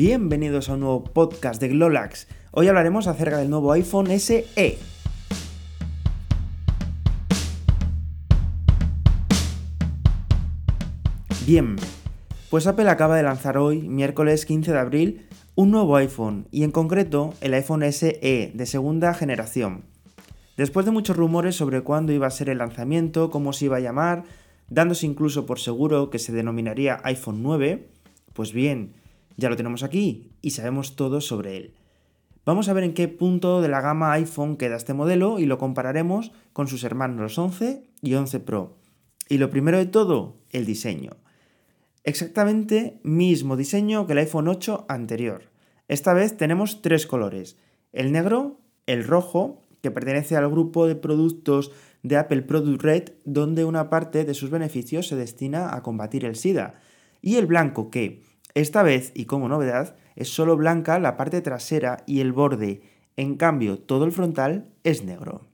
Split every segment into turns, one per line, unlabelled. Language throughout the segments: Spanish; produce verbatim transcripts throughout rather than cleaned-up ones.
Bienvenidos a un nuevo podcast de Glolax. Hoy hablaremos acerca del nuevo iPhone ese e. Bien, pues Apple acaba de lanzar hoy, miércoles quince de abril, un nuevo iPhone, y en concreto el iPhone ese e de segunda generación. Después de muchos rumores sobre cuándo iba a ser el lanzamiento, cómo se iba a llamar, dándose incluso por seguro que se denominaría iPhone nueve, pues bien, ya lo tenemos aquí y sabemos todo sobre él. Vamos a ver en qué punto de la gama iPhone queda este modelo y lo compararemos con sus hermanos los once y once Pro. Y lo primero de todo, el diseño. Exactamente mismo diseño que el iPhone ocho anterior. Esta vez tenemos tres colores: el negro, el rojo, que pertenece al grupo de productos de Apple Product Red, donde una parte de sus beneficios se destina a combatir el SIDA, y el blanco, que, esta vez, y como novedad, es solo blanca la parte trasera y el borde. En cambio, todo el frontal es negro.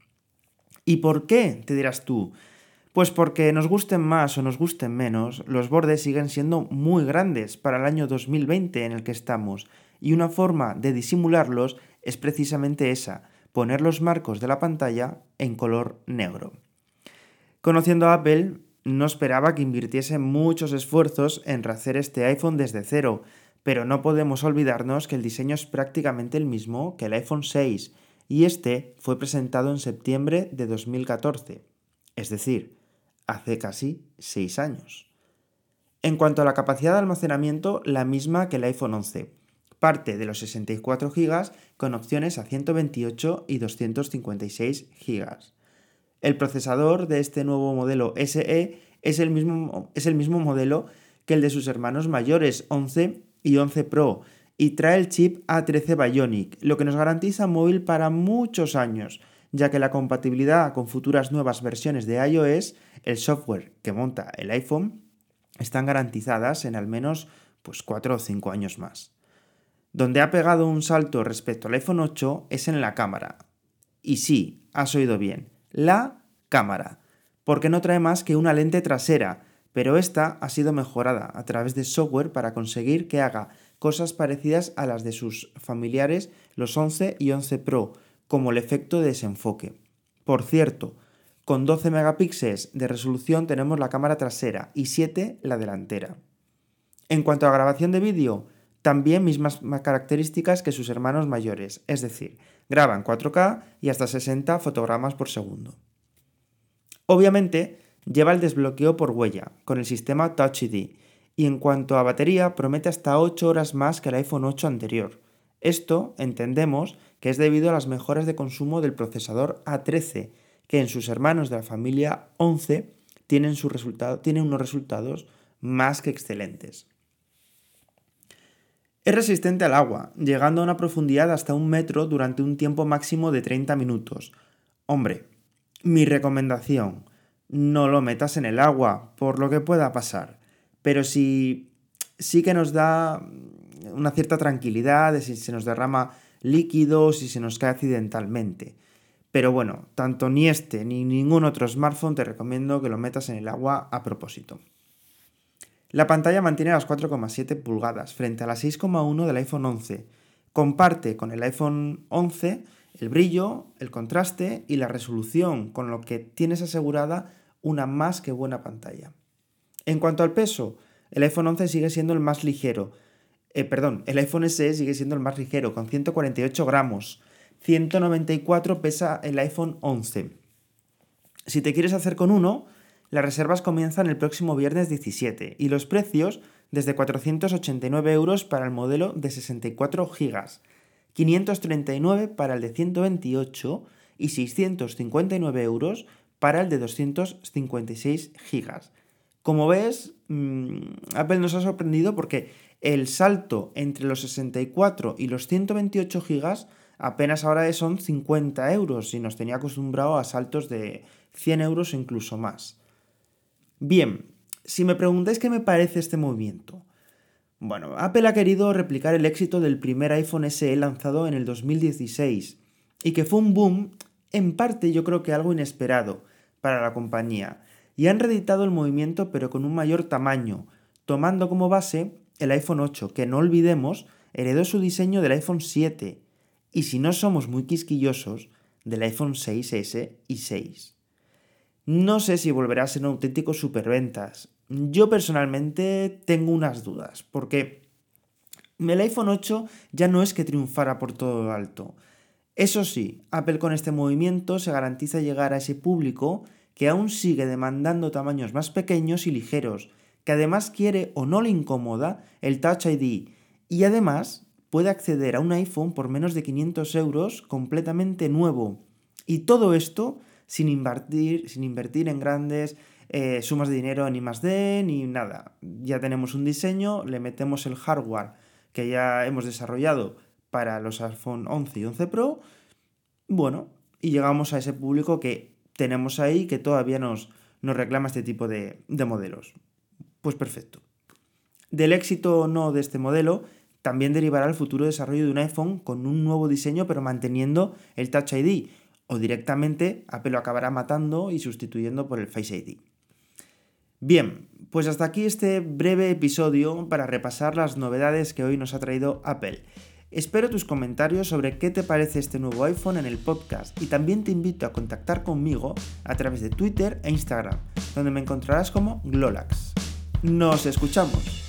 ¿Y por qué?, te dirás tú. Pues porque nos gusten más o nos gusten menos, los bordes siguen siendo muy grandes para el año dos mil veinte en el que estamos, y una forma de disimularlos es precisamente esa: poner los marcos de la pantalla en color negro. Conociendo a Apple, no esperaba que invirtiese muchos esfuerzos en rehacer este iPhone desde cero, pero no podemos olvidarnos que el diseño es prácticamente el mismo que el iPhone seis, y este fue presentado en septiembre de dos mil catorce, es decir, hace casi seis años. En cuanto a la capacidad de almacenamiento, la misma que el iPhone once. Parte de los sesenta y cuatro gigas con opciones a ciento veintiocho y doscientos cincuenta y seis gigas. El procesador de este nuevo modelo ese e es el mismo, es el mismo modelo que el de sus hermanos mayores once y once Pro, y trae el chip A trece Bionic, lo que nos garantiza móvil para muchos años, ya que la compatibilidad con futuras nuevas versiones de iOS, el software que monta el iPhone, están garantizadas en al menos pues, cuatro o cinco años más. Donde ha pegado un salto respecto al iPhone ocho es en la cámara. Y sí, has oído bien, la cámara, porque no trae más que una lente trasera, pero esta ha sido mejorada a través de software para conseguir que haga cosas parecidas a las de sus familiares los once y once Pro, como el efecto de desenfoque. Por cierto, con doce megapíxeles de resolución tenemos la cámara trasera y siete la delantera. En cuanto a grabación de vídeo, también mismas características que sus hermanos mayores, es decir, graban cuatro K y hasta sesenta fotogramas por segundo. Obviamente, lleva el desbloqueo por huella, con el sistema Touch I D, y en cuanto a batería, promete hasta ocho horas más que el iPhone ocho anterior. Esto, entendemos, que es debido a las mejoras de consumo del procesador A trece, que en sus hermanos de la familia once tienen, su resultado, tienen unos resultados más que excelentes. Es resistente al agua, llegando a una profundidad hasta un metro durante un tiempo máximo de treinta minutos. Hombre, mi recomendación: no lo metas en el agua, por lo que pueda pasar. Pero sí, sí que nos da una cierta tranquilidad de si se nos derrama líquido, si se nos cae accidentalmente. Pero bueno, tanto ni este ni ningún otro smartphone te recomiendo que lo metas en el agua a propósito. La pantalla mantiene las cuatro coma siete pulgadas frente a las seis coma uno del iPhone once. Comparte con el iPhone once el brillo, el contraste y la resolución, con lo que tienes asegurada una más que buena pantalla. En cuanto al peso, el iPhone once sigue siendo el más ligero. Eh, perdón, el iPhone ese e sigue siendo el más ligero, con ciento cuarenta y ocho gramos. ciento noventa y cuatro pesa el iPhone once. Si te quieres hacer con uno, las reservas comienzan el próximo viernes diecisiete y los precios desde cuatrocientos ochenta y nueve euros para el modelo de sesenta y cuatro gigas, quinientos treinta y nueve para el de ciento veintiocho y seiscientos cincuenta y nueve euros para el de doscientos cincuenta y seis gigas. Como ves, mmm, Apple nos ha sorprendido porque el salto entre los sesenta y cuatro y los ciento veintiocho gigas apenas ahora son cincuenta euros y nos tenía acostumbrado a saltos de cien euros o incluso más. Bien, si me preguntáis qué me parece este movimiento. Bueno, Apple ha querido replicar el éxito del primer iPhone ese e lanzado en el dos mil dieciséis y que fue un boom, en parte yo creo que algo inesperado para la compañía, y han reeditado el movimiento pero con un mayor tamaño, tomando como base el iPhone ocho, que no olvidemos heredó su diseño del iPhone siete y, si no somos muy quisquillosos, del iPhone seis ese y seis. No sé si volverá a ser un auténtico superventas. Yo personalmente tengo unas dudas, porque el iPhone ocho ya no es que triunfara por todo lo alto. Eso sí, Apple con este movimiento se garantiza llegar a ese público que aún sigue demandando tamaños más pequeños y ligeros, que además quiere o no le incomoda el Touch I D y además puede acceder a un iPhone por menos de quinientos euros completamente nuevo. Y todo esto sin invertir, sin invertir en grandes eh, sumas de dinero en I más D ni nada. Ya tenemos un diseño, le metemos el hardware que ya hemos desarrollado para los iPhone once y once Pro, bueno, y llegamos a ese público que tenemos ahí que todavía nos, nos reclama este tipo de, de modelos. Pues perfecto. Del éxito o no de este modelo también derivará el futuro desarrollo de un iPhone con un nuevo diseño pero manteniendo el Touch I D, o directamente Apple lo acabará matando y sustituyendo por el Face I D. Bien, pues hasta aquí este breve episodio para repasar las novedades que hoy nos ha traído Apple. Espero tus comentarios sobre qué te parece este nuevo iPhone en el podcast y también te invito a contactar conmigo a través de Twitter e Instagram, donde me encontrarás como Glolax. ¡Nos escuchamos!